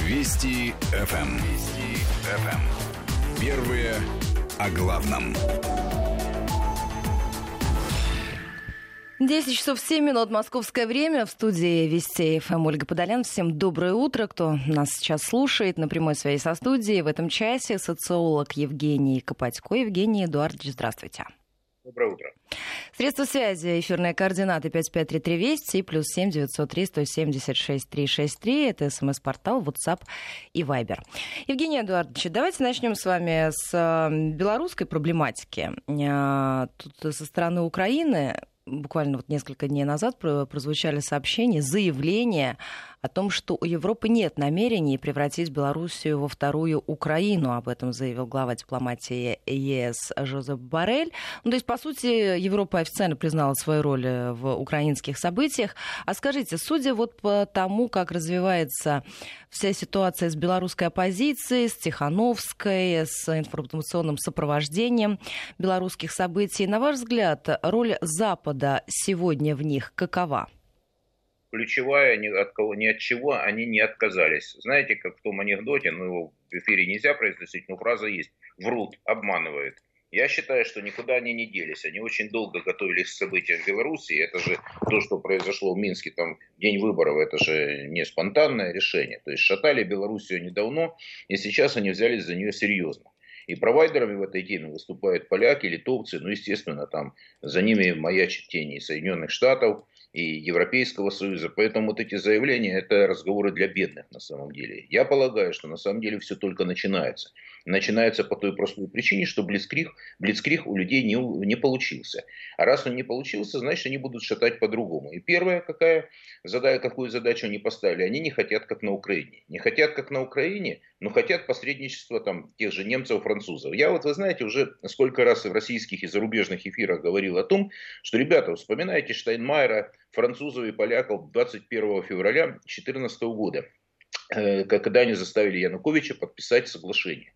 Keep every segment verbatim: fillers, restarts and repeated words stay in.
Вести эф эм. Вести эф эм. Первые о главном. десять часов семь минут московское время. В студии Вести эф эм Ольга Подолян. Всем доброе утро, кто нас сейчас слушает на прямой связи со студией. В этом часе социолог Евгений Копатько. Евгений Эдуардович, здравствуйте. Доброе утро. Средства связи, эфирные координаты пять пять три три Вести и плюс семь девятьсот три сто семьдесят шесть триста шестьдесят три. Это смс-портал, WhatsApp и Viber. Евгений Эдуардович, давайте начнем с вами с белорусской проблематики. Тут со стороны Украины буквально вот несколько дней назад прозвучали сообщения, заявления о том, что у Европы нет намерений превратить Белоруссию во вторую Украину. Об этом заявил глава дипломатии ЕС Жозеп Боррель. Ну, то есть, по сути, Европа официально признала свою роль в украинских событиях. А скажите, судя вот по тому, как развивается вся ситуация с белорусской оппозицией, с Тихановской, с информационным сопровождением белорусских событий, на ваш взгляд, роль Запада сегодня в них какова? Ключевая, ни от кого, ни от чего они не отказались. Знаете, как в том анекдоте, ну его в эфире нельзя произносить, но фраза есть: врут, обманывают. Я считаю, что никуда они не делись. Они очень долго готовились к событиям в Беларуси. Это же то, что произошло в Минске там в день выборов, это же не спонтанное решение. То есть шатали Белоруссию недавно, и сейчас они взялись за нее серьезно. И провайдерами в этой теме выступают поляки, литовцы, ну, естественно, там за ними маячит тени Соединенных Штатов и Европейского Союза. Поэтому вот эти заявления – это разговоры для бедных на самом деле. Я полагаю, что на самом деле все только начинается. Начинается по той простой причине, что блицкриг, блицкриг у людей не, не получился. А раз он не получился, значит, они будут шатать по-другому. И первое, какая, задача, какую задачу они поставили, они не хотят, как на Украине. Не хотят, как на Украине, но хотят посредничества там, тех же немцев, французов. Я вот, вы знаете, уже сколько раз в российских и зарубежных эфирах говорил о том, что, ребята, вспоминайте Штайнмайера, французов и поляков двадцать первого февраля две тысячи четырнадцатого года, когда они заставили Януковича подписать соглашение.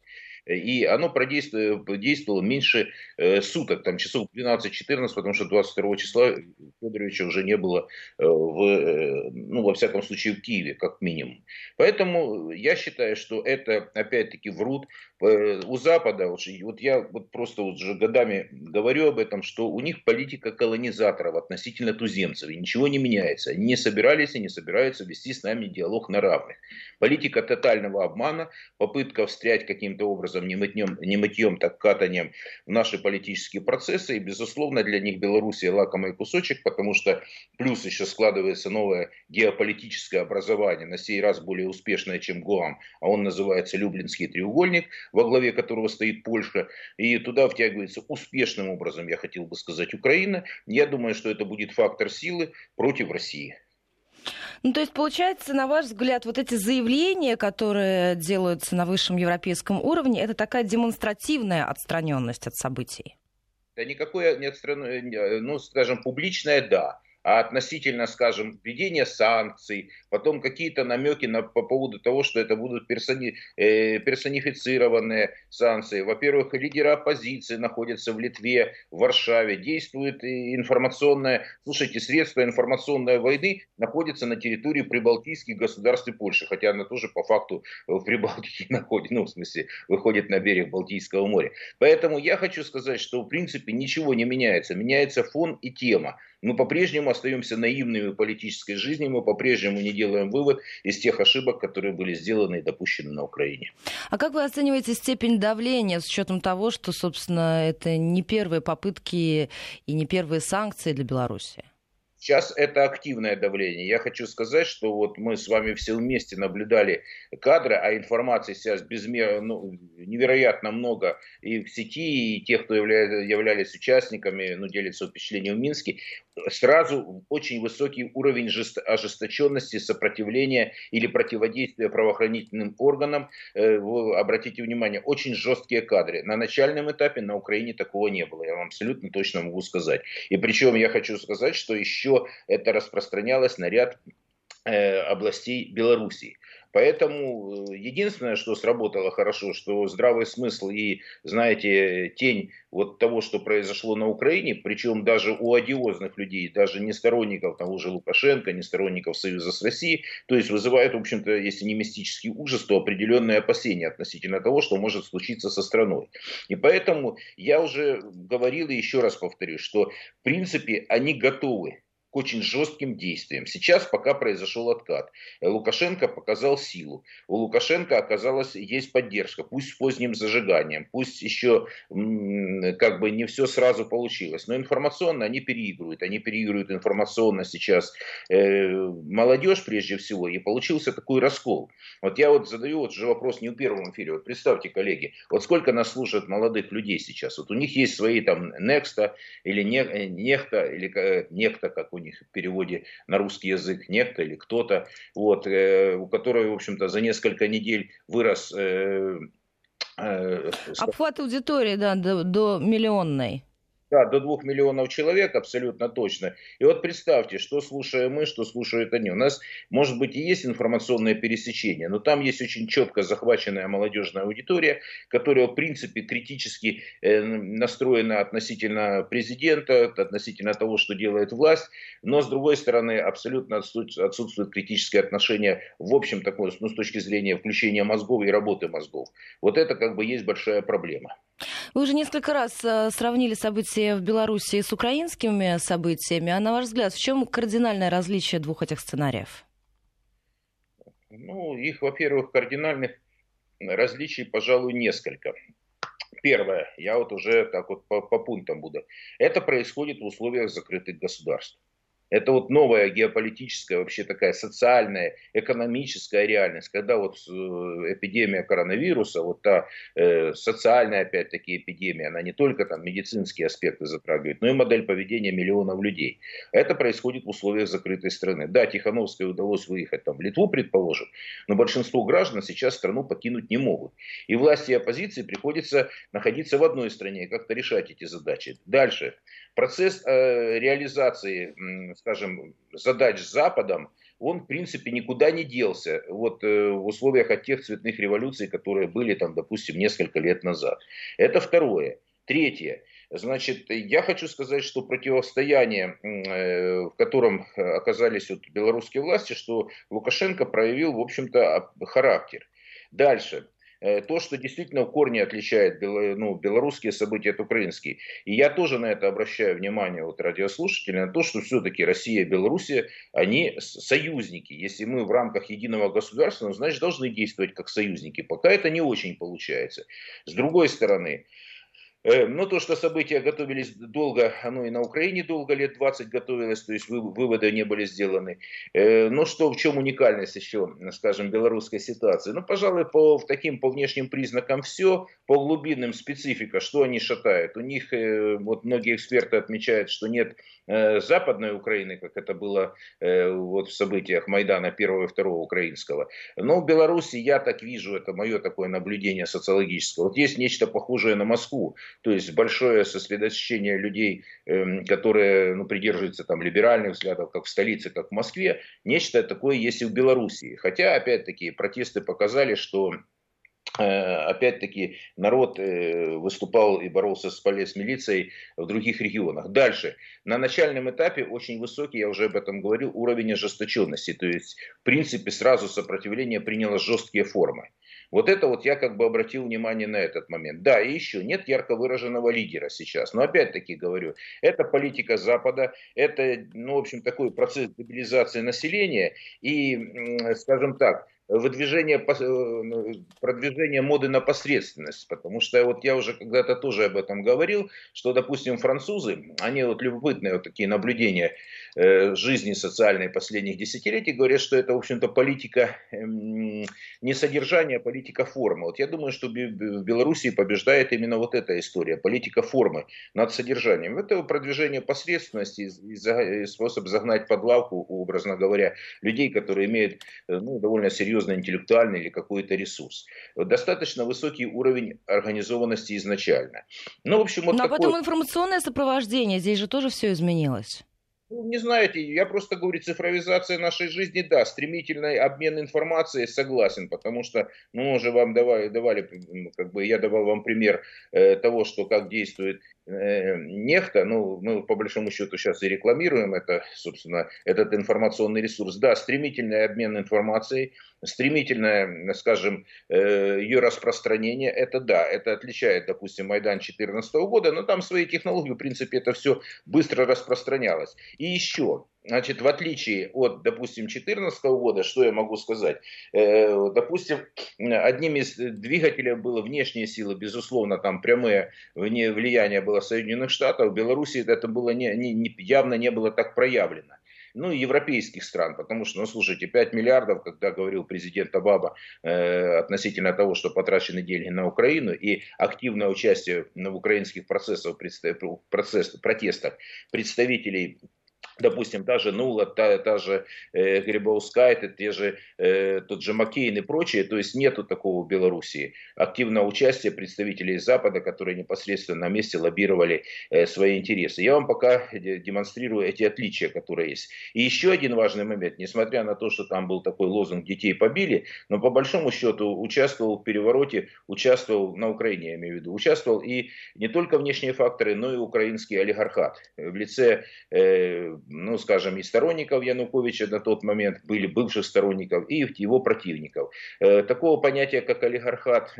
И оно продействовало, действовало меньше э, суток, там часов двенадцать-четырнадцать, потому что двадцать второго числа Федоровича уже не было, э, в, э, ну, во всяком случае, в Киеве, как минимум. Поэтому я считаю, что это, опять-таки, врут. Э, у Запада, вот, вот я вот просто вот уже годами говорю об этом, что у них политика колонизаторов относительно туземцев, и ничего не меняется. Они не собирались и не собираются вести с нами диалог на равных. Политика тотального обмана, попытка встрять каким-то образом, не мытьем, не мытьем, так катанием в наши политические процессы. И, безусловно, для них Белоруссия лакомый кусочек, потому что плюс еще складывается новое геополитическое образование, на сей раз более успешное, чем ГУАМ, а он называется Люблинский треугольник, во главе которого стоит Польша. И туда втягивается успешным образом, я хотел бы сказать, Украина. Я думаю, что это будет фактор силы против России. Ну, то есть, получается, на ваш взгляд, вот эти заявления, которые делаются на высшем европейском уровне, это такая демонстративная отстраненность от событий? Да никакой не отстраненность, ну, скажем, публичная, да. А относительно, скажем, введения санкций, потом какие-то намеки на, по поводу того, что это будут персони, э, персонифицированные санкции. Во-первых, лидеры оппозиции находятся в Литве, в Варшаве, действует информационное, слушайте, средства информационной войны находятся на территории прибалтийских государств и Польши, хотя она тоже по факту в Прибалтике находится, ну, в смысле, выходит на берег Балтийского моря. Поэтому я хочу сказать, что в принципе ничего не меняется, меняется фон и тема. Мы по-прежнему остаемся наивными в политической жизни, мы по-прежнему не делаем вывод из тех ошибок, которые были сделаны и допущены на Украине. А как вы оцениваете степень давления с учетом того, что, собственно, это не первые попытки и не первые санкции для Беларуси? Сейчас это активное давление. Я хочу сказать, что вот мы с вами все вместе наблюдали кадры, а информации сейчас безмерно, ну, невероятно много и в сети, и тех, кто явля, являлись участниками, ну, делятся впечатлением в Минске. Сразу очень высокий уровень ожесточенности, сопротивления или противодействия правоохранительным органам. Э, вы обратите внимание, очень жесткие кадры. На начальном этапе на Украине такого не было, я вам абсолютно точно могу сказать. И причем я хочу сказать, что еще это распространялось на ряд областей Белоруссии. Поэтому единственное, что сработало хорошо, что здравый смысл и, знаете, тень вот того, что произошло на Украине, причем даже у одиозных людей, даже не сторонников того же Лукашенко, не сторонников союза с Россией, то есть вызывает, в общем-то, если не мистический ужас, то определенные опасения относительно того, что может случиться со страной. И поэтому я уже говорил и еще раз повторюсь, что в принципе они готовы к очень жестким действиям. Сейчас пока произошел откат. Лукашенко показал силу. У Лукашенко оказалось, есть поддержка. Пусть с поздним зажиганием, пусть еще как бы не все сразу получилось. Но информационно они переигрывают. Они переигрывают информационно сейчас э, молодежь прежде всего. И получился такой раскол. Вот я вот задаю вот же вопрос не в первом эфире. Вот представьте, коллеги, вот сколько нас слушают молодых людей сейчас. Вот у них есть свои там Некста или не, Нехта, или Некта, как у них в переводе на русский язык, некто или кто-то, вот, э, у которого, в общем-то, за несколько недель вырос... Э, э, Обхват аудитории, да, до, до миллионной. Да, до двух миллионов человек, абсолютно точно. И вот представьте, что слушаем мы, что слушают они. У нас, может быть, и есть информационное пересечение, но там есть очень четко захваченная молодежная аудитория, которая, в принципе, критически настроена относительно президента, относительно того, что делает власть, но, с другой стороны, абсолютно отсутствует критическое отношение, в общем, такое, ну, с точки зрения включения мозгов и работы мозгов. Вот это, как бы, есть большая проблема. Вы уже несколько раз сравнили события в Беларуси с украинскими событиями. А на ваш взгляд, в чем кардинальное различие двух этих сценариев? Ну, их, во-первых, кардинальных различий, пожалуй, несколько. Первое, я вот уже так вот по, по пунктам буду. Это происходит в условиях закрытых государств. Это вот новая геополитическая, вообще такая социальная, экономическая реальность, когда вот эпидемия коронавируса, вот та э, социальная, опять-таки, эпидемия, она не только там медицинские аспекты затрагивает, но и модель поведения миллионов людей. Это происходит в условиях закрытой страны. Да, Тихановской удалось выехать там в Литву, предположим, но большинство граждан сейчас страну покинуть не могут. И власти и оппозиции приходится находиться в одной стране и как-то решать эти задачи. Дальше. Процесс э, реализации, э, скажем, задач с Западом, он, в принципе, никуда не делся вот, э, в условиях от тех цветных революций, которые были, там, допустим, несколько лет назад. Это второе. Третье. Значит, я хочу сказать, что противостояние, э, в котором оказались вот белорусские власти, что Лукашенко проявил, в общем-то, характер. Дальше. То, что действительно в корне отличает ну, белорусские события от украинских. И я тоже на это обращаю внимание вот, радиослушателей, на то, что все-таки Россия и Белоруссия, они союзники. Если мы в рамках единого государства, ну, значит, должны действовать как союзники. Пока это не очень получается. С другой стороны, но то, что события готовились долго, оно и на Украине долго, лет двадцать готовилось, то есть выводы не были сделаны. Но что, в чем уникальность еще, скажем, белорусской ситуации? Ну, пожалуй, по таким, по внешним признакам все, по глубинным специфика, что они шатают. У них, вот многие эксперты отмечают, что нет Западной Украины, как это было вот в событиях Майдана первого и второго украинского. Но в Беларуси, я так вижу, это мое такое наблюдение социологическое, вот есть нечто похожее на Москву. То есть большое сосредоточение людей, э, которые ну, придерживаются там, либеральных взглядов, как в столице, как в Москве. Нечто такое есть и в Белоруссии. Хотя, опять-таки, протесты показали, что э, опять-таки народ э, выступал и боролся с полицмилицией в других регионах. Дальше. На начальном этапе очень высокий, я уже об этом говорил, уровень ожесточенности. То есть, в принципе, сразу сопротивление приняло жесткие формы. Вот это вот я как бы обратил внимание на этот момент. Да, и еще нет ярко выраженного лидера сейчас. Но опять-таки говорю, это политика Запада, это, ну, в общем, такой процесс стабилизации населения и, скажем так, выдвижение, продвижение моды на посредственность. Потому что вот я уже когда-то тоже об этом говорил, что, допустим, французы, они вот любопытные вот такие наблюдения жизни социальной последних десятилетий, говорят, что это, в общем-то, политика не содержания, а политика формы. Вот я думаю, что в Белоруссии побеждает именно вот эта история, политика формы над содержанием. Это продвижение посредственности и способ загнать под лавку, образно говоря, людей, которые имеют ну, довольно серьезный интеллектуальный или какой-то ресурс. Достаточно высокий уровень организованности изначально. Ну, в общем, вот Но такой... потом информационное сопровождение, здесь же тоже все изменилось. Ну, не знаете, я просто говорю, цифровизация нашей жизни, да, стремительный обмен информацией, согласен, потому что, ну, мы уже вам давали, давали, как бы я давал вам пример э, того, что как действует э, нефть, ну, мы по большому счету сейчас и рекламируем это, собственно, этот информационный ресурс, да, стремительный обмен информацией, стремительное, скажем, э, ее распространение, это да, это отличает, допустим, Майдан две тысячи четырнадцатого года, но там свои технологии, в принципе, это все быстро распространялось. И еще, значит, в отличие от, допустим, две тысячи четырнадцатого года, что я могу сказать? Э, допустим, одним из двигателей было внешние силы, безусловно, там прямое влияние было Соединенных Штатов. В Беларуси это было не, не, явно не было так проявлено. Ну, и европейских стран, потому что, ну, слушайте, пять миллиардов, когда говорил президент Обама э, относительно того, что потрачены деньги на Украину, и активное участие в украинских процессах, процесс, протестах представителей, допустим, та же Нула, та, та же э, Грибаускайте, те же, э, тот же Маккейн и прочие, то есть нету такого в Белоруссии. Активного участия представителей Запада, которые непосредственно на месте лоббировали э, свои интересы. Я вам пока демонстрирую эти отличия, которые есть. И еще один важный момент, несмотря на то, что там был такой лозунг «Детей побили», но по большому счету участвовал в перевороте, участвовал на Украине, я имею в виду, участвовал и не только внешние факторы, но и украинский олигархат в лице э, ну, скажем, и сторонников Януковича на тот момент, были бывших сторонников, и его противников. Такого понятия, как олигархат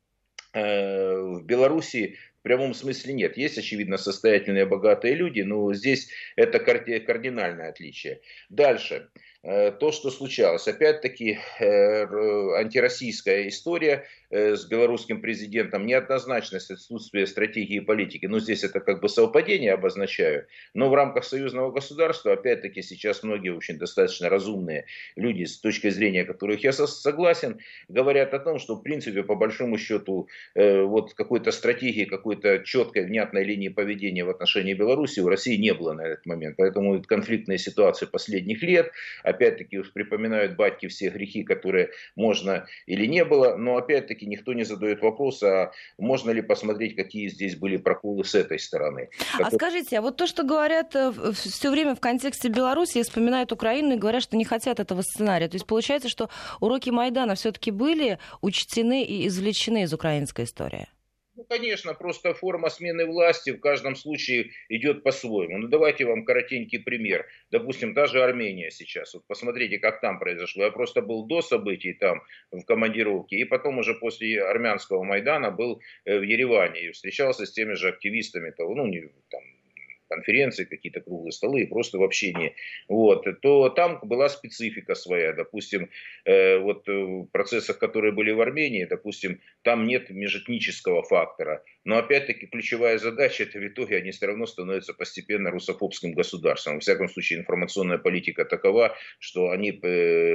в Беларуси, в прямом смысле нет. Есть, очевидно, состоятельные, богатые люди, но здесь это кардинальное отличие. Дальше. То, что случалось. Опять-таки, антироссийская история с белорусским президентом, неоднозначность отсутствия стратегии и политики. Ну, здесь это как бы совпадение обозначаю. Но в рамках союзного государства, опять-таки, сейчас многие очень достаточно разумные люди, с точки зрения которых я согласен, говорят о том, что, в принципе, по большому счету, вот какой-то стратегии, какой-то четкой, внятной линии поведения в отношении Беларуси у России не было на этот момент. Поэтому конфликтные ситуации последних лет, опять-таки, припоминают батьки все грехи, которые можно или не было, но опять-таки никто не задает вопрос, а можно ли посмотреть, какие здесь были проколы с этой стороны. А Который... скажите, а вот то, что говорят все время в контексте Беларуси, вспоминают Украину и говорят, что не хотят этого сценария. То есть получается, что уроки Майдана все-таки были учтены и извлечены из украинской истории? Ну, конечно, просто форма смены власти в каждом случае идет по-своему. Ну, давайте вам коротенький пример. Допустим, та же Армения сейчас. Вот посмотрите, как там произошло. Я просто был до событий там в командировке, и потом уже после армянского Майдана был в Ереване и встречался с теми же активистами того, ну, не там, конференции, какие-то круглые столы и просто в общении, вот, то там была специфика своя. Допустим, э, вот в процессах, которые были в Армении, допустим, там нет межэтнического фактора. Но опять-таки ключевая задача, это в итоге они все равно становятся постепенно русофобским государством. Во всяком случае, информационная политика такова, что они э,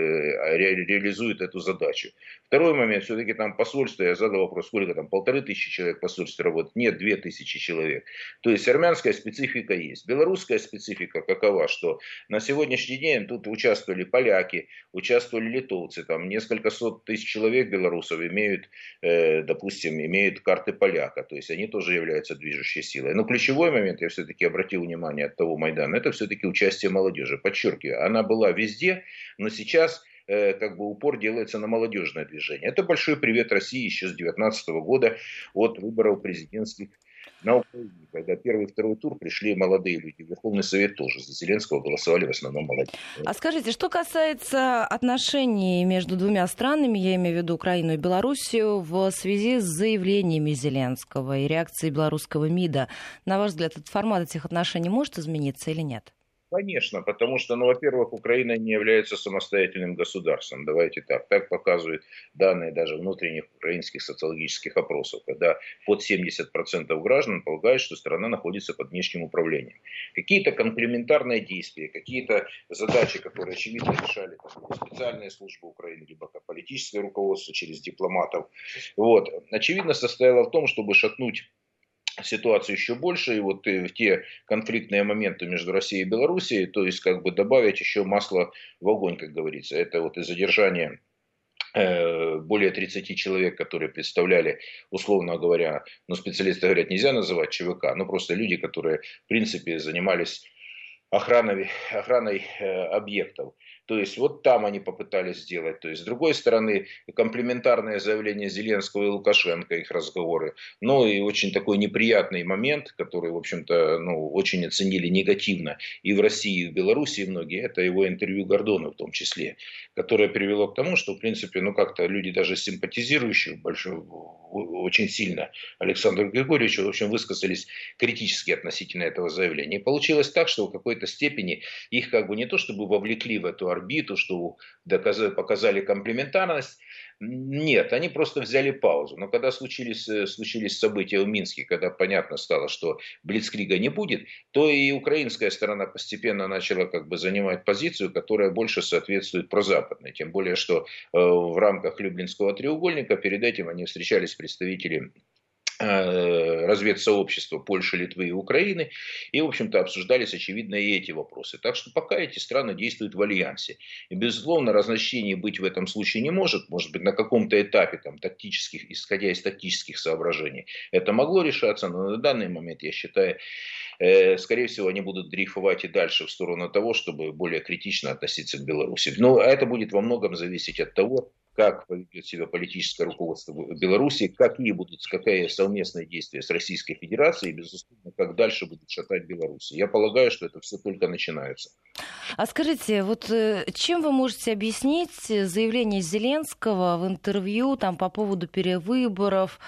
ре, реализуют эту задачу. Второй момент, все-таки там посольство, я задал вопрос, сколько там, полторы тысячи человек в посольстве работает? Нет, две тысячи человек. То есть армянская специфика есть. Белорусская специфика какова, что на сегодняшний день тут участвовали поляки, участвовали литовцы, там несколько сот тысяч человек белорусов имеют, э, допустим, имеют карты поляка, то есть они тоже являются движущей силой. Но ключевой момент, я все-таки обратил внимание от того Майдана, это все-таки участие молодежи. Подчеркиваю, она была везде, но сейчас э, как бы упор делается на молодежное движение. Это большой привет России еще с две тысячи девятнадцатого года от выборов президентских на Украине, когда первый и второй тур пришли молодые люди. Верховный Совет тоже за Зеленского голосовали в основном молодые. А скажите, что касается отношений между двумя странами, я имею в виду Украину и Белоруссию, в связи с заявлениями Зеленского и реакцией белорусского МИДа, на ваш взгляд, этот формат этих отношений может измениться или нет? Конечно, потому что, ну, во-первых, Украина не является самостоятельным государством. Давайте так. Так показывают данные даже внутренних украинских социологических опросов, когда под семьдесят процентов граждан полагают, что страна находится под внешним управлением. Какие-то комплементарные действия, какие-то задачи, которые, очевидно, решали там, специальные службы Украины, либо как политическое руководство через дипломатов, вот, очевидно, состояло в том, чтобы шатнуть ситуацию еще больше, и вот в те конфликтные моменты между Россией и Белоруссией, то есть как бы добавить еще масло в огонь, как говорится. Это вот и задержание э, более тридцати человек, которые представляли, условно говоря, ну специалисты говорят, нельзя называть ЧВК, но просто люди, которые в принципе занимались охраной, охраной э, объектов. То есть вот там они попытались сделать. То есть с другой стороны комплементарное заявление Зеленского и Лукашенко, их разговоры. Ну и очень такой неприятный момент, который, в общем-то, ну, очень оценили негативно и в России, и в Беларуси многие. Это его интервью Гордону в том числе, которое привело к тому, что, в принципе, ну как-то люди даже симпатизирующие большой, очень сильно Александру Григорьевичу, в общем, высказались критически относительно этого заявления. И получилось так, что в какой-то степени их как бы не то чтобы вовлекли в эту орбиту, что доказали, показали комплементарность. Нет, они просто взяли паузу. Но когда случились, случились события в Минске, когда понятно стало, что блицкрига не будет, то и украинская сторона постепенно начала как бы занимать позицию, которая больше соответствует прозападной. Тем более, что э, в рамках Люблинского треугольника перед этим они встречались с представителями разведсообщества Польши, Литвы и Украины. И, в общем-то, обсуждались, очевидно, и эти вопросы. Так что пока эти страны действуют в альянсе. И, безусловно, разночтений быть в этом случае не может. Может быть, на каком-то этапе, там, тактических, исходя из тактических соображений, это могло решаться. Но на данный момент, я считаю, э, скорее всего, они будут дрейфовать и дальше в сторону того, чтобы более критично относиться к Беларуси. Но это будет во многом зависеть от того, как поведет себя политическое руководство Беларуси, какие будут, какие совместные действия с Российской Федерацией, и, безусловно, как дальше будут шатать Беларусь. Я полагаю, что это все только начинается. А скажите, вот чем вы можете объяснить заявление Зеленского в интервью там, по поводу перевыборов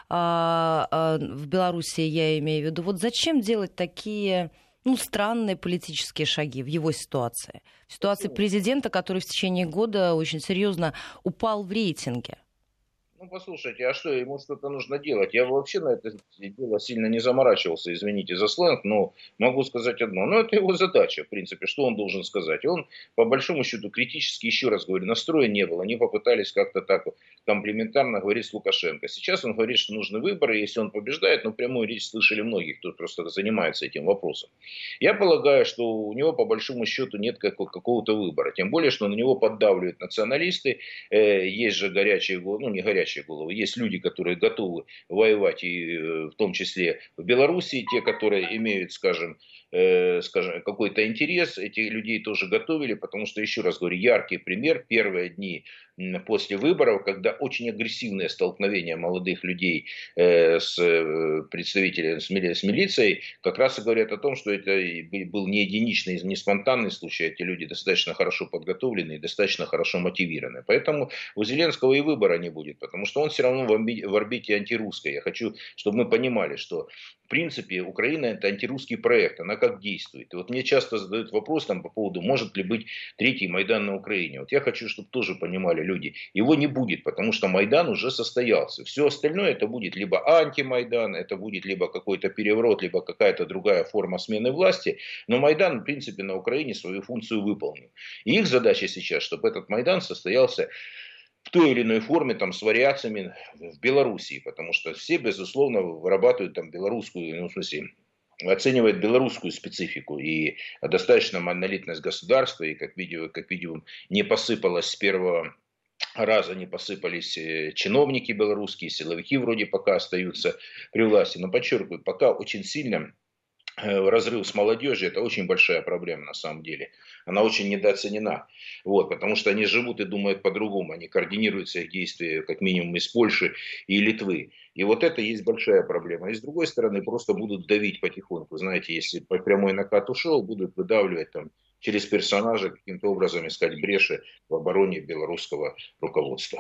а, а, в Беларуси, я имею в виду, вот зачем делать такие... ну, странные политические шаги в его ситуации. В ситуации президента, который в течение года очень серьезно упал в рейтинге. Ну, послушайте, а что, ему что-то нужно делать? Я вообще на это дело сильно не заморачивался, извините за сленг, но могу сказать одно. Ну, это его задача, в принципе, что он должен сказать. Он, по большому счету, критически, еще раз говорю, настроя не было. Они попытались как-то так комплементарно говорить с Лукашенко. Сейчас он говорит, что нужны выборы, если он побеждает, но прямую речь слышали многие, кто просто занимается этим вопросом. Я полагаю, что у него, по большому счету, нет какого-то выбора. Тем более, что на него поддавливают националисты. Есть же горячие, ну, не горячие, головы. Есть люди, которые готовы воевать, и в том числе в Белоруссии, те, которые имеют, скажем, э, скажем, какой-то интерес, этих людей тоже готовили, потому что, еще раз говорю, яркий пример, первые дни после выборов, когда очень агрессивное столкновение молодых людей э, с представителями, с, мили, с милицией, как раз и говорят о том, что это был не единичный, не спонтанный случай, эти люди достаточно хорошо подготовлены и достаточно хорошо мотивированы. Поэтому у Зеленского и выбора не будет, потому что он все равно в орбите, в орбите антирусской. Я хочу, чтобы мы понимали, что в принципе Украина это антирусский проект, она как действует. И вот мне часто задают вопрос там, по поводу, может ли быть третий Майдан на Украине. Вот я хочу, чтобы тоже понимали люди, его не будет, потому что Майдан уже состоялся. Все остальное это будет либо антимайдан, это будет либо какой-то переворот, либо какая-то другая форма смены власти. Но Майдан, в принципе, на Украине свою функцию выполнил. И их задача сейчас, чтобы этот Майдан состоялся в той или иной форме, там, с вариациями в Белоруссии, потому что все, безусловно, вырабатывают там белорусскую, ну, в смысле, оценивает белорусскую специфику и достаточно монолитность государства, и, как видим, как видим, не посыпалось с первого раза, не посыпались чиновники белорусские, силовики вроде пока остаются при власти, но подчеркиваю, пока очень сильно разрыв с молодежью, это очень большая проблема на самом деле. Она очень недооценена. Вот, потому что они живут и думают по-другому. Они координируют свои действия как минимум из Польши и Литвы. И вот это есть большая проблема. И с другой стороны просто будут давить потихоньку. Знаете, если по прямой накат ушел, будут выдавливать там через персонажа каким-то образом искать бреши в обороне белорусского руководства.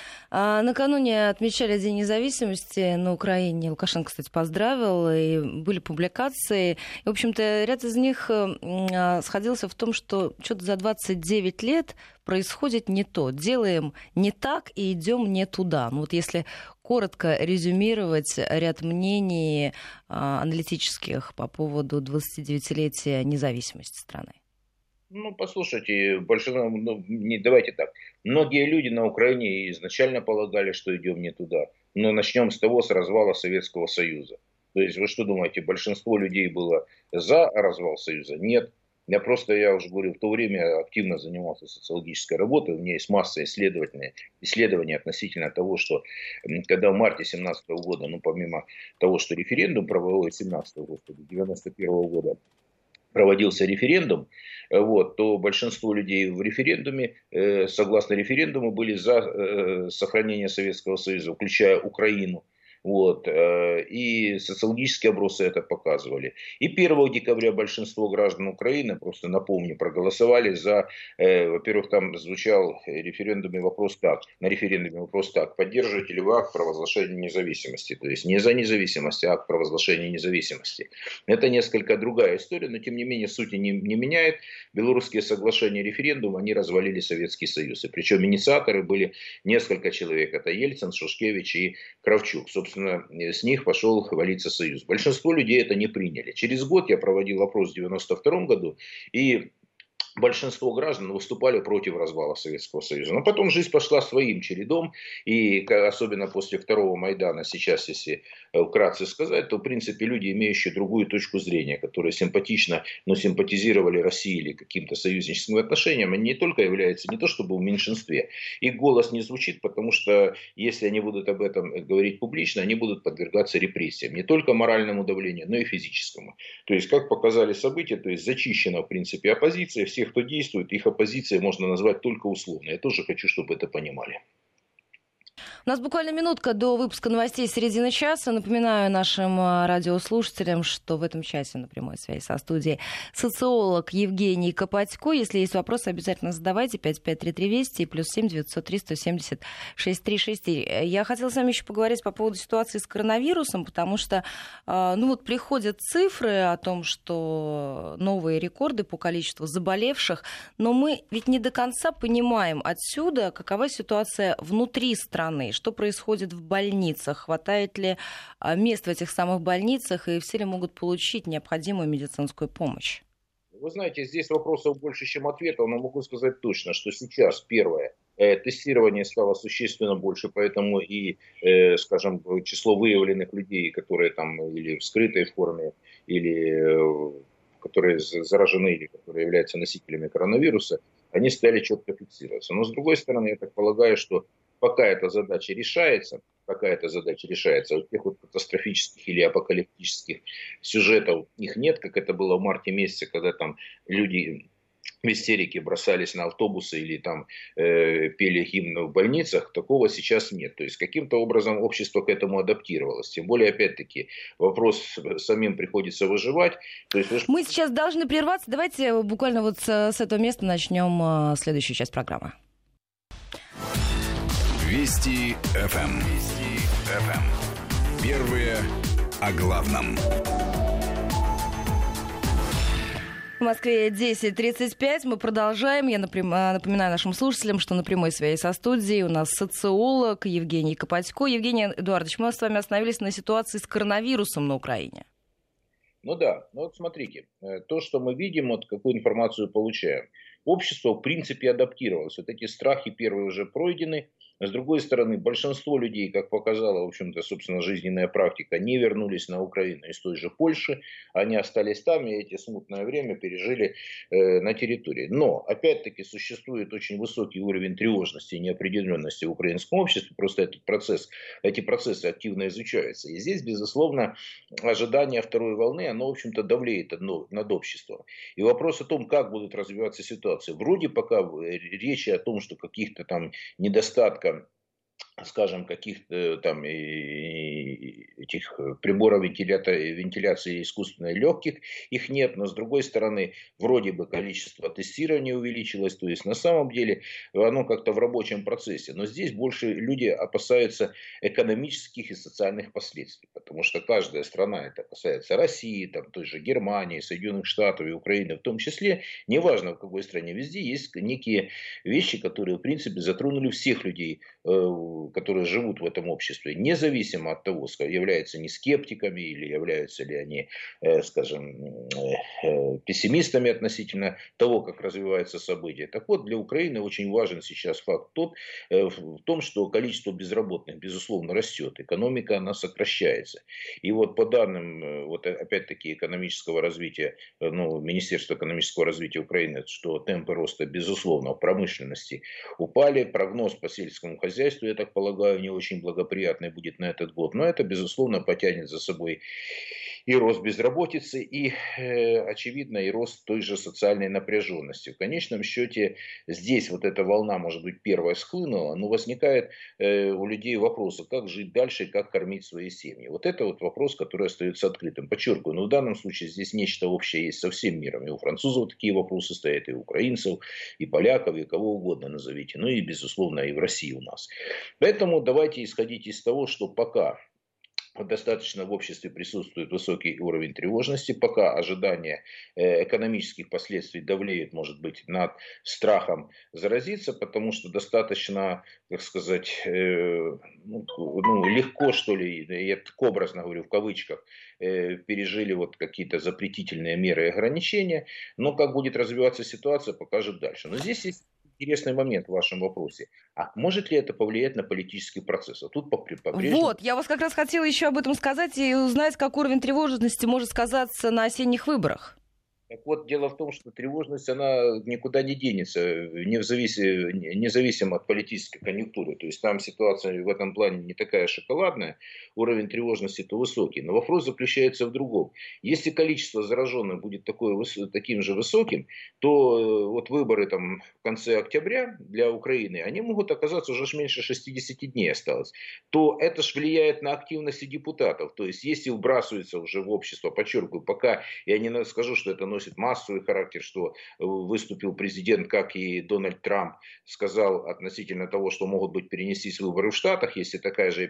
А накануне отмечали День независимости на Украине. Лукашенко, кстати, поздравил, и были публикации. И, в общем-то, ряд из них сходился в том, что что-то за двадцать девять лет происходит не то. Делаем не так и идем не туда. Ну вот если коротко резюмировать ряд мнений аналитических по поводу двадцатидевятилетия независимости страны. Ну, послушайте, большинство, ну, не, давайте так. Многие люди на Украине изначально полагали, что идем не туда. Но начнем с того, с развала Советского Союза. То есть, вы что думаете, большинство людей было за развал Союза? Нет. Я просто, я уже говорю, в то время активно занимался социологической работой. У меня есть масса исследовательных исследований относительно того, что когда в марте семнадцатого года, ну, помимо того, что референдум правовой семнадцатого года, девяносто первого года, проводился референдум, вот, то большинство людей в референдуме, э, согласно референдуму, были за э, сохранение Советского Союза, включая Украину. Вот, э, и социологические опросы это показывали. И первого декабря большинство граждан Украины, просто напомню, проголосовали за, э, во-первых, там звучал референдуме вопрос так, на референдуме вопрос так, поддерживаете ли вы акт провозглашения независимости? То есть не за независимость, а акт провозглашения независимости. Это несколько другая история, но тем не менее сути не, не меняет. Белорусские соглашения референдума, они развалили Советский Союз. И причем инициаторы были несколько человек. Это Ельцин, Шушкевич и Кравчук. Собственно, с них пошел валиться Союз. Большинство людей это не приняли. Через год я проводил опрос в девяносто втором году, и большинство граждан выступали против развала Советского Союза. Но потом жизнь пошла своим чередом, и особенно после второго Майдана, сейчас, если вкратце сказать, то, в принципе, люди, имеющие другую точку зрения, которые симпатично, но симпатизировали России или каким-то союзническим отношениям, они не только являются не то чтобы в меньшинстве, их голос не звучит, потому что если они будут об этом говорить публично, они будут подвергаться репрессиям, не только моральному давлению, но и физическому. То есть, как показали события, то есть зачищена, в принципе, оппозиция, все, кто действует, их оппозицией можно назвать только условно. Я тоже хочу, чтобы это понимали. У нас буквально минутка до выпуска новостей середины часа. Напоминаю нашим радиослушателям, что в этом часе на прямой связи со студией социолог Евгений Копатько. Если есть вопросы, обязательно задавайте. пять пять три три Вести и плюс семь девятьсот три сто семьдесят шесть три шесть три. Я хотела с вами еще поговорить по поводу ситуации с коронавирусом, потому что ну вот приходят цифры о том, что новые рекорды по количеству заболевших, но мы ведь не до конца понимаем отсюда, какова ситуация внутри страны. Что происходит в больницах? Хватает ли мест в этих самых больницах? И все ли могут получить необходимую медицинскую помощь? Вы знаете, здесь вопросов больше, чем ответов, но могу сказать точно, что сейчас, первое, тестирование стало существенно больше, поэтому и, скажем, число выявленных людей, которые там или в скрытой форме, или которые заражены, или которые являются носителями коронавируса, они стали четко фиксироваться. Но с другой стороны, я так полагаю, что пока эта задача решается, пока эта задача решается, вот тех вот катастрофических или апокалиптических сюжетов их нет, как это было в марте месяце, когда там люди в истерике бросались на автобусы или там э, пели гимны в больницах, такого сейчас нет. То есть каким-то образом общество к этому адаптировалось. Тем более, опять-таки, вопрос самим приходится выживать. То есть... Мы сейчас должны прерваться. Давайте буквально вот с, с этого места начнем следующую часть программы. Вести эф эм. Вести эф эм. Первые о главном. В Москве десять тридцать пять. Мы продолжаем. Я напоминаю нашим слушателям, что на прямой связи со студией у нас социолог Евгений Копатько. Евгений Эдуардович, мы с вами остановились на ситуации с коронавирусом на Украине. Ну да, ну вот смотрите, то, что мы видим, вот какую информацию получаем. Общество, в принципе, адаптировалось. Вот эти страхи первые уже пройдены. С другой стороны, большинство людей, как показала, в общем-то, собственно, жизненная практика, не вернулись на Украину из той же Польши. Они остались там и эти смутное время пережили э, на территории. Но, опять-таки, существует очень высокий уровень тревожности и неопределенности в украинском обществе. Просто этот процесс, эти процессы активно изучаются. И здесь, безусловно, ожидание второй волны, оно, в общем-то, давлеет над обществом. И вопрос о том, как будут развиваться ситуации. Вроде пока речи о том, что каких-то там недостатков, скажем, каких-то там этих приборов вентиляции, вентиляции искусственной легких, их нет, но с другой стороны, вроде бы количество тестирования увеличилось, то есть на самом деле оно как-то в рабочем процессе, но здесь больше люди опасаются экономических и социальных последствий, потому что каждая страна, это касается России, там, той же Германии, Соединенных Штатов и Украины в том числе, неважно в какой стране, везде есть некие вещи, которые в принципе затронули всех людей, которые живут в этом обществе, независимо от того, являются они скептиками или являются ли они, скажем, пессимистами относительно того, как развиваются события. Так вот, для Украины очень важен сейчас факт тот, в том, что количество безработных, безусловно, растет, экономика, она сокращается. И вот по данным, вот опять-таки, экономического развития, ну, Министерства экономического развития Украины, что темпы роста, безусловно, в промышленности упали, прогноз по сельскому хозяйству, я так полагаю, не очень благоприятный будет на этот год. Но это, безусловно, потянет за собой и рост безработицы, и, э, очевидно, и рост той же социальной напряженности. В конечном счете, здесь вот эта волна, может быть, первая схлынула, но возникает э, у людей вопрос, как жить дальше и как кормить свои семьи. Вот это вот вопрос, который остается открытым. Подчеркиваю, но в данном случае здесь нечто общее есть со всем миром. И у французов такие вопросы стоят, и у украинцев, и поляков, и кого угодно назовите. Ну и, безусловно, и в России у нас. Поэтому давайте исходить из того, что пока достаточно в обществе присутствует высокий уровень тревожности, пока ожидание экономических последствий давлеет, может быть, над страхом заразиться, потому что достаточно, как сказать, ну, ну, легко, что ли, я так образно говорю, в кавычках, пережили вот какие-то запретительные меры и ограничения, но как будет развиваться ситуация, покажет дальше. Но здесь есть интересный момент в вашем вопросе. А может ли это повлиять на политический процесс? А тут по-прежнему... Вот, я вас как раз хотела еще об этом сказать и узнать, как уровень тревожности может сказаться на осенних выборах. Так вот, дело в том, что тревожность, она никуда не денется, независимо от политической конъюнктуры. То есть там ситуация в этом плане не такая шоколадная, уровень тревожности-то высокий. Но вопрос заключается в другом. Если количество зараженных будет такое, таким же высоким, то вот выборы там в конце октября для Украины, они могут оказаться уже меньше шестидесяти дней осталось. То это ж влияет на активность депутатов. То есть если вбрасываются уже в общество, подчеркиваю, пока я не скажу, что это носит массовый характер, что выступил президент, как и Дональд Трамп, сказал относительно того, что могут быть перенестись выборы в Штатах, если такая же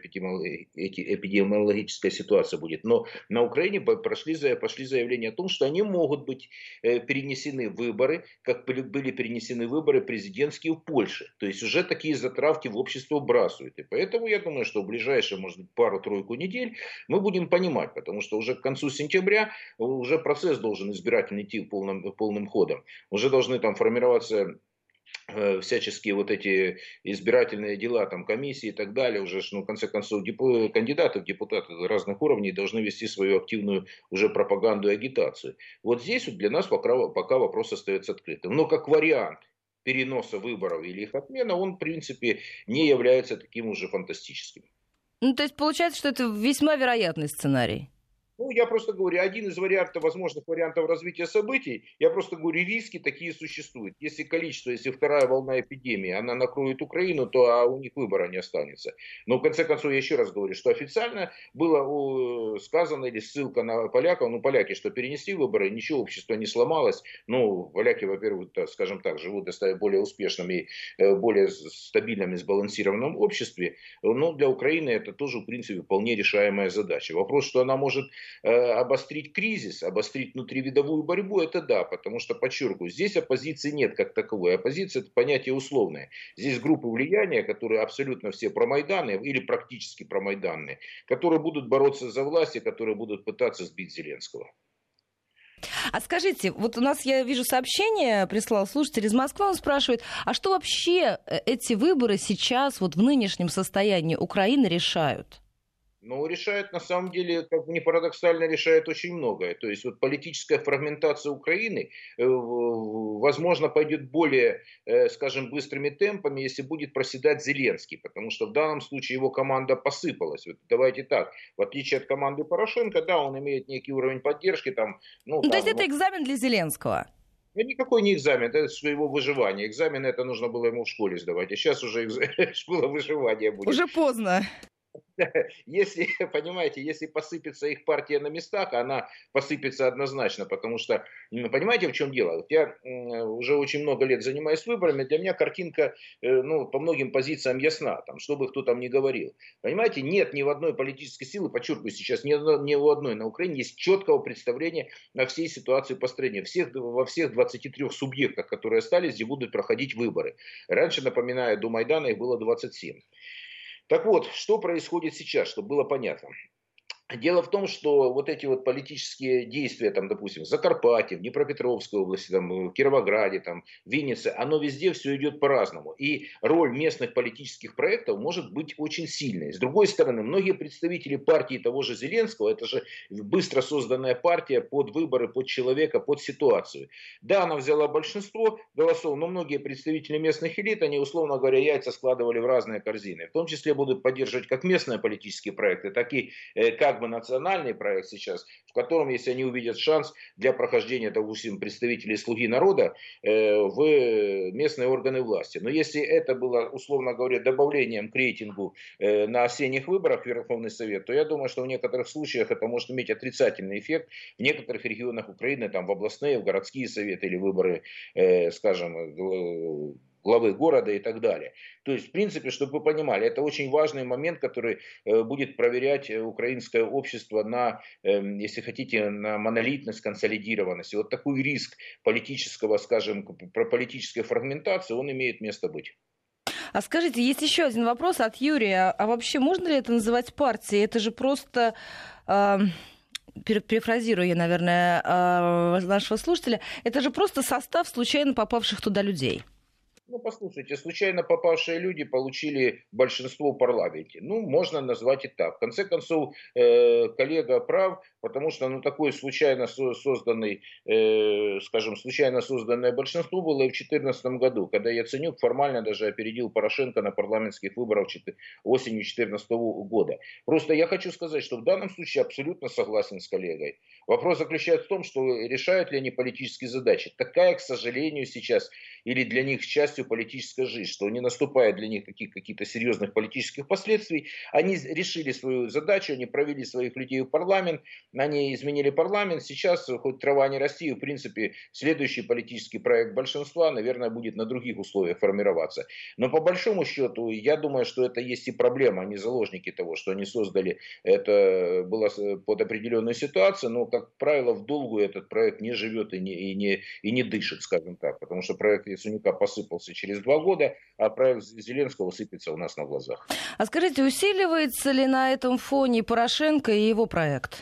эпидемиологическая ситуация будет. Но на Украине прошли, пошли заявления о том, что они могут быть перенесены выборы, как были перенесены выборы президентские в Польше. То есть уже такие затравки в общество вбрасывают. И поэтому я думаю, что в ближайшие, может быть, пару-тройку недель мы будем понимать, потому что уже к концу сентября уже процесс должен избирательный идти полным, полным ходом. Уже должны там формироваться э, всяческие вот эти избирательные дела, там комиссии и так далее. Уже, ну, в конце концов, депу, кандидаты в депутаты разных уровней должны вести свою активную уже пропаганду и агитацию. Вот здесь вот для нас пока, пока вопрос остается открытым. Но как вариант переноса выборов или их отмена, он, в принципе, не является таким уже фантастическим. Ну, то есть получается, что это весьма вероятный сценарий. Ну, я просто говорю, один из вариантов, возможных вариантов развития событий, я просто говорю, риски такие существуют. Если количество, если вторая волна эпидемии, она накроет Украину, то а у них выбора не останется. Но в конце концов, я еще раз говорю, что официально было сказано, или ссылка на поляков, ну, поляки, что перенесли выборы, ничего, общество не сломалось. Ну, поляки, во-первых, скажем так, живут в более успешном и более стабильном и сбалансированном обществе. Но для Украины это тоже, в принципе, вполне решаемая задача. Вопрос, что она может обострить кризис, обострить внутривидовую борьбу, это да, потому что, подчеркиваю, здесь оппозиции нет как таковой. Оппозиция – это понятие условное. Здесь группы влияния, которые абсолютно все промайданные или практически промайданные, которые будут бороться за власть и которые будут пытаться сбить Зеленского. А скажите, вот у нас, я вижу сообщение, прислал слушатель из Москвы, он спрашивает, а что вообще эти выборы сейчас, вот в нынешнем состоянии Украины решают? Но решает, на самом деле, как бы не парадоксально, решает очень многое. То есть вот политическая фрагментация Украины, возможно, пойдет более, скажем, быстрыми темпами, если будет проседать Зеленский. Потому что в данном случае его команда посыпалась. Вот давайте так, в отличие от команды Порошенко, да, он имеет некий уровень поддержки. Там, ну, ну, там, то есть ну, это экзамен для Зеленского? Никакой не экзамен, это его выживание. Экзамен это нужно было ему в школе сдавать. А сейчас уже школа выживания будет. Уже поздно. Если, понимаете, если посыпется их партия на местах, она посыпется однозначно, потому что, понимаете, в чем дело? Я уже очень много лет занимаюсь выборами, для меня картинка, ну, по многим позициям ясна, там, что бы кто там ни говорил. Понимаете, нет ни в одной политической силы, подчеркиваю сейчас, ни, ни у одной на Украине есть четкого представления о всей ситуации по стране, всех, во всех двадцати трёх субъектах, которые остались, где будут проходить выборы. Раньше, напоминаю, до Майдана их было двадцать семь. Так вот, что происходит сейчас, чтобы было понятно. Дело в том, что вот эти вот политические действия, там, допустим, в Закарпатье, в Днепропетровской области, там, в Кировограде, там, в Виннице, оно везде все идет по-разному. И роль местных политических проектов может быть очень сильной. С другой стороны, многие представители партии того же Зеленского, это же быстро созданная партия под выборы, под человека, под ситуацию. Да, она взяла большинство голосов, но многие представители местных элит, они, условно говоря, яйца складывали в разные корзины. В том числе будут поддерживать как местные политические проекты, так и как как бы национальный проект сейчас, в котором, если они увидят шанс для прохождения, допустим, представителей «Слуги народа» э, в местные органы власти. Но если это было, условно говоря, добавлением к рейтингу э, на осенних выборах в Верховный Совет, то я думаю, что в некоторых случаях это может иметь отрицательный эффект в некоторых регионах Украины, там в областные, в городские советы или выборы, э, скажем, главы города и так далее. То есть, в принципе, чтобы вы понимали, это очень важный момент, который э, будет проверять украинское общество на, э, если хотите, на монолитность, консолидированность. И вот такой риск политического, скажем, политической фрагментации, он имеет место быть. А скажите, есть еще один вопрос от Юрия. А вообще можно ли это называть партией? Это же просто... Э... перефразирую я, наверное, нашего слушателя, это же просто состав случайно попавших туда людей. Ну, послушайте, случайно попавшие люди получили большинство в парламенте. Ну, можно назвать и так. В конце концов, э, коллега прав, потому что ну, такой случайно созданный, э, скажем, случайно созданное большинство было и в две тысячи четырнадцатом году, когда Яценюк формально даже опередил Порошенко на парламентских выборах осенью две тысячи четырнадцатого года. Просто я хочу сказать, что в данном случае абсолютно согласен с коллегой. Вопрос заключается в том, что решают ли они политические задачи. Такая, к сожалению, сейчас, или для них частью политической жизни, что не наступает для них таких каких-то серьезных политических последствий. Они решили свою задачу, они провели своих людей в парламент, они изменили парламент. Сейчас, хоть трава не расти, в принципе, следующий политический проект большинства, наверное, будет на других условиях формироваться. Но по большому счету, я думаю, что это есть и проблема, они заложники того, что они создали. Это было под определенную ситуацию, но, как правило, в долгую этот проект не живет и не, и не, и не дышит, скажем так, потому что проект Яценюка посыпался через два года, а проект Зеленского сыпется у нас на глазах. А скажите, усиливается ли на этом фоне Порошенко и его проект?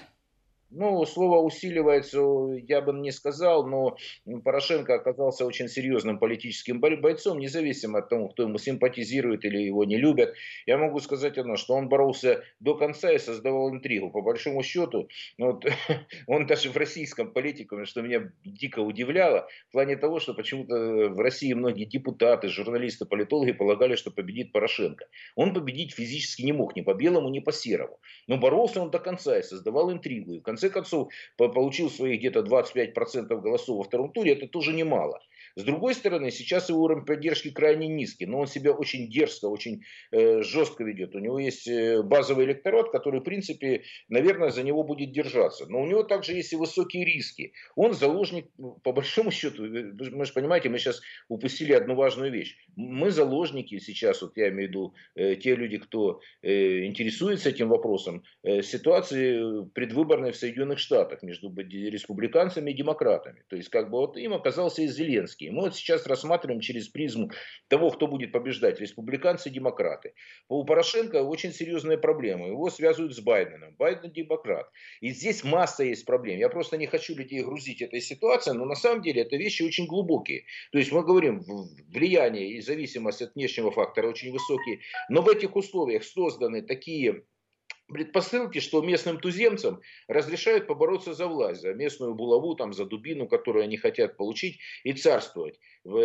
Ну, слово «усиливается» я бы не сказал, но Порошенко оказался очень серьезным политическим бойцом, независимо от того, кто ему симпатизирует или его не любят. Я могу сказать одно, что он боролся до конца и создавал интригу. По большому счету, вот, он даже в российском политикуме, что меня дико удивляло, в плане того, что почему-то в России многие депутаты, журналисты, политологи полагали, что победит Порошенко. Он победить физически не мог, ни по белому, ни по серому. Но боролся он до конца и создавал интригу. И в конце В конце концов, получил своих где-то двадцать пять процентов голосов во втором туре, это тоже немало. С другой стороны, сейчас его уровень поддержки крайне низкий, но он себя очень дерзко, очень э, жестко ведет. У него есть базовый электорат, который, в принципе, наверное, за него будет держаться. Но у него также есть и высокие риски. Он заложник, по большому счету, вы же понимаете, мы сейчас упустили одну важную вещь. Мы заложники сейчас, вот я имею в виду э, те люди, кто э, интересуется этим вопросом, э, ситуации предвыборной в Соединенных Штатах между республиканцами и демократами. То есть, как бы вот им оказался и Зеленский. Мы вот сейчас рассматриваем через призму того, кто будет побеждать, республиканцы и демократы. У Порошенко очень серьезные проблемы. Его связывают с Байденом. Байден демократ. И здесь масса есть проблем. Я просто не хочу людей грузить этой ситуацией, но на самом деле это вещи очень глубокие. То есть мы говорим, влияние и зависимость от внешнего фактора очень высокие. Но в этих условиях созданы такие предпосылки, что местным туземцам разрешают побороться за власть, за местную булаву, там, за дубину, которую они хотят получить, и царствовать,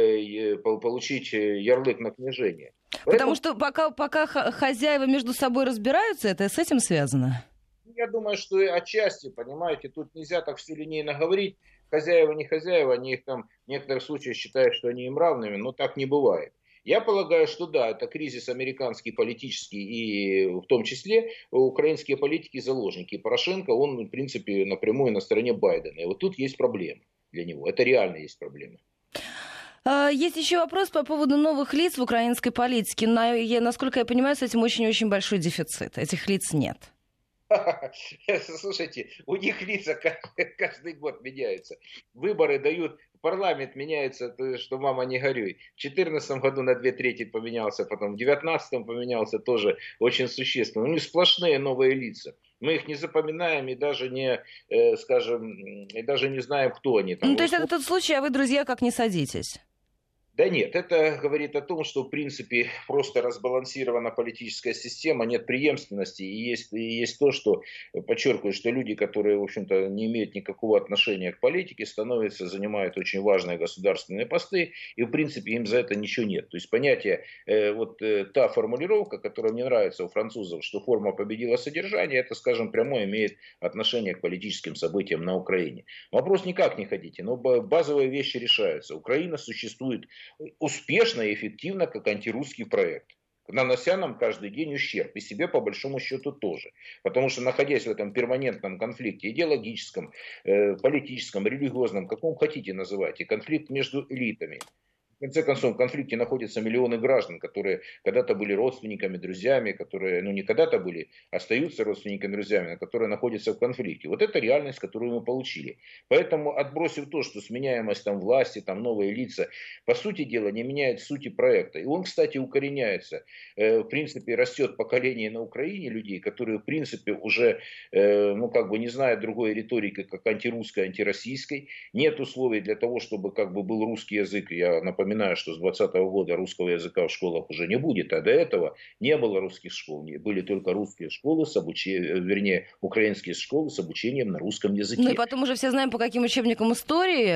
получить ярлык на княжение. Потому Поэтому... что пока, пока хозяева между собой разбираются, это с этим связано? Я думаю, что отчасти, понимаете, тут нельзя так все линейно говорить. Хозяева не хозяева, они их там в некоторых случаях считают, что они им равными, но так не бывает. Я полагаю, что да, это кризис американский, политический, и в том числе украинские политики заложники. И Порошенко, он, в принципе, напрямую на стороне Байдена. И вот тут есть проблемы для него. Это реально есть проблемы. Есть еще вопрос по поводу новых лиц в украинской политике. Насколько я понимаю, с этим очень-очень большой дефицит. Этих лиц нет. Слушайте, у них лица каждый год меняются. Выборы дают, парламент меняется, что мама не горюй. В две тысячи четырнадцатом году на две трети поменялся, потом в две тысячи девятнадцатом поменялся тоже очень существенно. У них сплошные новые лица. Мы их не запоминаем и даже не, э, скажем, и даже не знаем, кто они. Там, ну, то есть это тот случай, а вы, друзья, как не садитесь? Да нет, это говорит о том, что в принципе просто разбалансирована политическая система, нет преемственности, и есть, и есть то, что, подчеркиваю, что люди, которые, в общем-то, не имеют никакого отношения к политике, становятся, занимают очень важные государственные посты, и в принципе им за это ничего нет. То есть понятие, э, вот э, та формулировка, которая мне нравится у французов, что форма победила содержание, это, скажем, прямое имеет отношение к политическим событиям на Украине. Вопрос никак не хотите, но базовые вещи решаются. Украина существует успешно и эффективно как антирусский проект, нанося нам каждый день ущерб, и себе по большому счету тоже. Потому что, находясь в этом перманентном конфликте, идеологическом, э, политическом, религиозном, каком хотите называть, и конфликт между элитами, в конце концов, в конфликте находятся миллионы граждан, которые когда-то были родственниками, друзьями, которые, ну не когда-то были, остаются родственниками, друзьями, но которые находятся в конфликте. Вот это реальность, которую мы получили. Поэтому, отбросив то, что сменяемость там власти, там новые лица, по сути дела не меняет сути проекта. И он, кстати, укореняется. Э, в принципе, растет поколение на Украине людей, которые, в принципе, уже, э, ну как бы не знают другой риторики, как антирусской, антироссийской. Нет условий для того, чтобы как бы был русский язык. Я напоминаю, Напоминаю, что с двадцатого года русского языка в школах уже не будет, а до этого не было русских школ, были только русские школы с обучением, вернее, украинские школы с обучением на русском языке. Ну и потом уже все знаем, по каким учебникам истории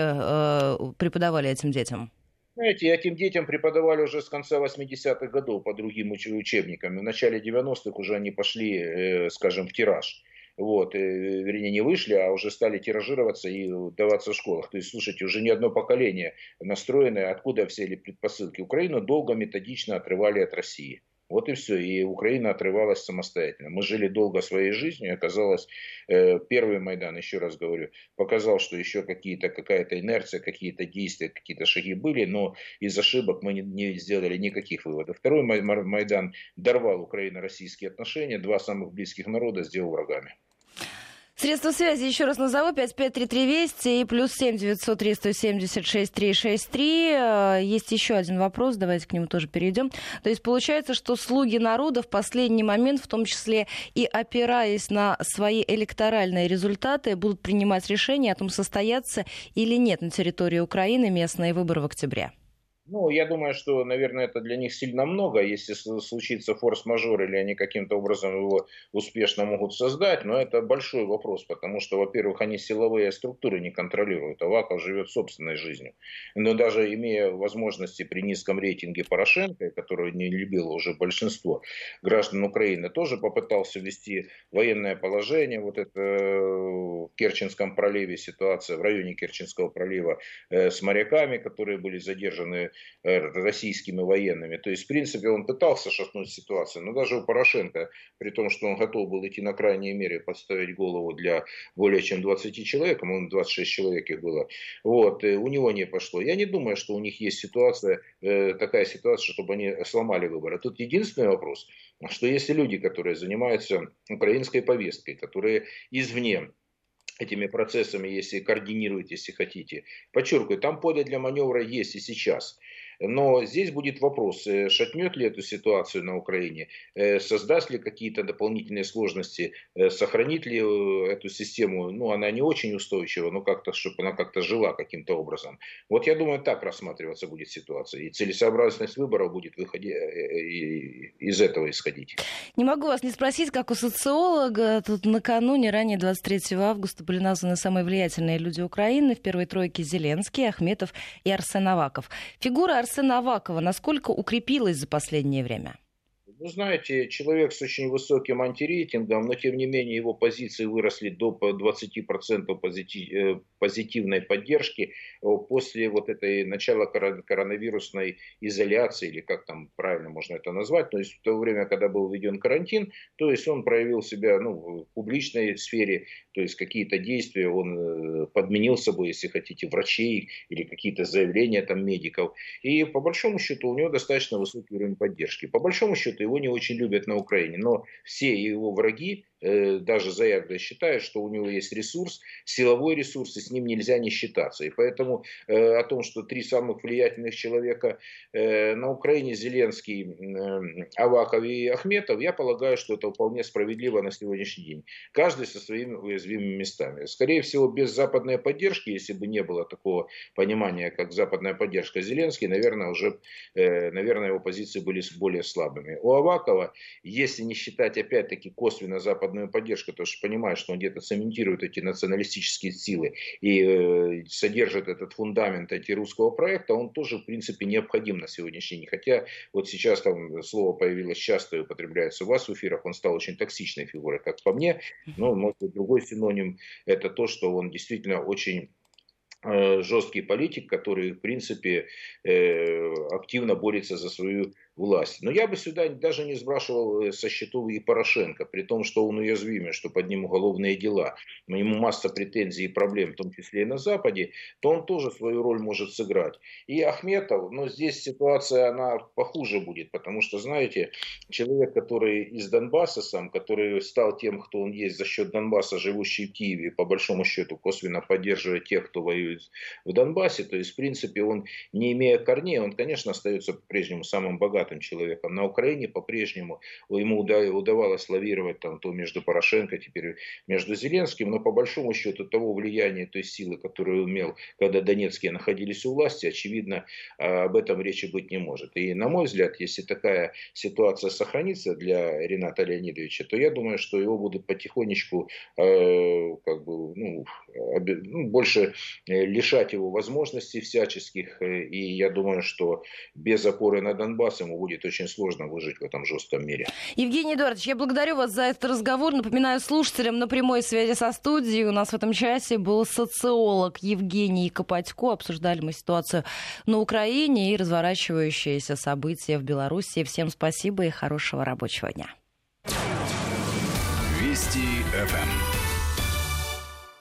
э, преподавали этим детям. Знаете, этим детям преподавали уже с конца восьмидесятых годов по другим учебникам. В начале девяностых уже они пошли, э, скажем, в тираж. Вот, вернее, не вышли, а уже стали тиражироваться и даваться в школах. То есть, слушайте, уже не одно поколение настроенное, откуда все эти предпосылки. Украину долго, методично отрывали от России. Вот и все. И Украина отрывалась самостоятельно. Мы жили долго своей жизнью. Оказалось, первый Майдан, еще раз говорю, показал, что еще какие-то, какая-то инерция, какие-то действия, какие-то шаги были, но из ошибок мы не, не сделали никаких выводов. Второй Майдан дорвал украино-российские отношения. Два самых близких народа сделал врагами. Средства связи еще раз назову: пять пять три три Вести и плюс семь девятьсот три сто семьдесят шесть три шесть три. Есть еще один вопрос, давайте к нему тоже перейдем. То есть получается, что слуги народа в последний момент, в том числе и опираясь на свои электоральные результаты, будут принимать решение о том, состоятся или нет на территории Украины местные выборы в октябре. Ну, я думаю, что, наверное, это для них сильно много, если случится форс-мажор, или они каким-то образом его успешно могут создать, но это большой вопрос, потому что, во-первых, они силовые структуры не контролируют, Аваков живет собственной жизнью. Но даже имея возможности при низком рейтинге Порошенко, которого не любило уже большинство граждан Украины, тоже попытался ввести военное положение, вот это в Керченском проливе ситуация, в районе Керченского пролива с моряками, которые были задержаны российскими военными. То есть, в принципе, он пытался шатнуть ситуацию, но даже у Порошенко, при том, что он готов был идти на крайние меры, подставить голову для более чем двадцати человек, по-моему, двадцать шесть человек их было, вот, у него не пошло. Я не думаю, что у них есть ситуация, такая ситуация, чтобы они сломали выборы. Тут единственный вопрос, что если люди, которые занимаются украинской повесткой, которые извне этими процессами, если координируют, если хотите. Подчеркиваю, там поле для маневра есть и сейчас. Но здесь будет вопрос, шатнет ли эту ситуацию на Украине, создаст ли какие-то дополнительные сложности, сохранит ли эту систему, ну она не очень устойчива, но как-то, чтобы она как-то жила каким-то образом. Вот я думаю, так рассматриваться будет ситуация. И целесообразность выборов будет выходить, из этого исходить. Не могу вас не спросить, как у социолога, тут накануне, ранее двадцать третьего августа, были названы самые влиятельные люди Украины. В первой тройке Зеленский, Ахметов и Арсен Аваков. Фигура Арсена Авакова насколько укрепилась за последнее время? Вы знаете, человек с очень высоким антирейтингом, но тем не менее его позиции выросли до двадцати процентов позитивной поддержки после вот этой начала коронавирусной изоляции, или как там правильно можно это назвать, то есть в то время, когда был введен карантин, то есть он проявил себя ну, в публичной сфере, то есть какие-то действия он подменил собой, если хотите, врачей или какие-то заявления там медиков. И по большому счету у него достаточно высокий уровень поддержки. По большому счету его его не очень любят на Украине. Но все его враги, даже заядло считают, что у него есть ресурс, силовой ресурс, и с ним нельзя не считаться. И поэтому э, о том, что три самых влиятельных человека э, на Украине, Зеленский, э, Аваков и Ахметов, я полагаю, что это вполне справедливо на сегодняшний день. Каждый со своими уязвимыми местами. Скорее всего, без западной поддержки, если бы не было такого понимания, как западная поддержка, Зеленский, наверное, уже, э, наверное, его позиции были более слабыми. У Авакова, если не считать опять-таки косвенно западную поддержку, потому что понимает, что он где-то цементирует эти националистические силы и э, содержит этот фундамент антирусского проекта, он тоже, в принципе, необходим на сегодняшний день. Хотя вот сейчас там слово появилось часто и употребляется у вас в эфирах, он стал очень токсичной фигурой, как по мне. Но, может быть, другой синоним — это то, что он действительно очень э, жесткий политик, который, в принципе, э, активно борется за свою власть. Но я бы сюда даже не сбрасывал со счетов и Порошенко, при том, что он уязвимый, что под ним уголовные дела, но ему масса претензий и проблем, в том числе и на Западе, то он тоже свою роль может сыграть. И Ахметов, но здесь ситуация, она похуже будет, потому что, знаете, человек, который из Донбасса сам, который стал тем, кто он есть за счет Донбасса, живущий в Киеве, по большому счету косвенно поддерживая тех, кто воюет в Донбассе, то есть, в принципе, он, не имея корней, он, конечно, остается по-прежнему самым богатым человеком. На Украине по-прежнему ему удавалось лавировать там, то между Порошенко, теперь между Зеленским, но по большому счету того влияния, той силы, которую имел, когда донецкие находились у власти, очевидно, об этом речи быть не может. И, на мой взгляд, если такая ситуация сохранится для Рената Леонидовича, то я думаю, что его будут потихонечку э, как бы, ну, обе, ну, больше лишать его возможностей всяческих. И я думаю, что без опоры на Донбасс ему будет очень сложно выжить в этом жестком мире. Евгений Эдуардович, я благодарю вас за этот разговор. Напоминаю слушателям, на прямой связи со студией у нас в этом часе был социолог Евгений Копатько. Обсуждали мы ситуацию на Украине и разворачивающиеся события в Беларуси. Всем спасибо и хорошего рабочего дня. Вести эф эм.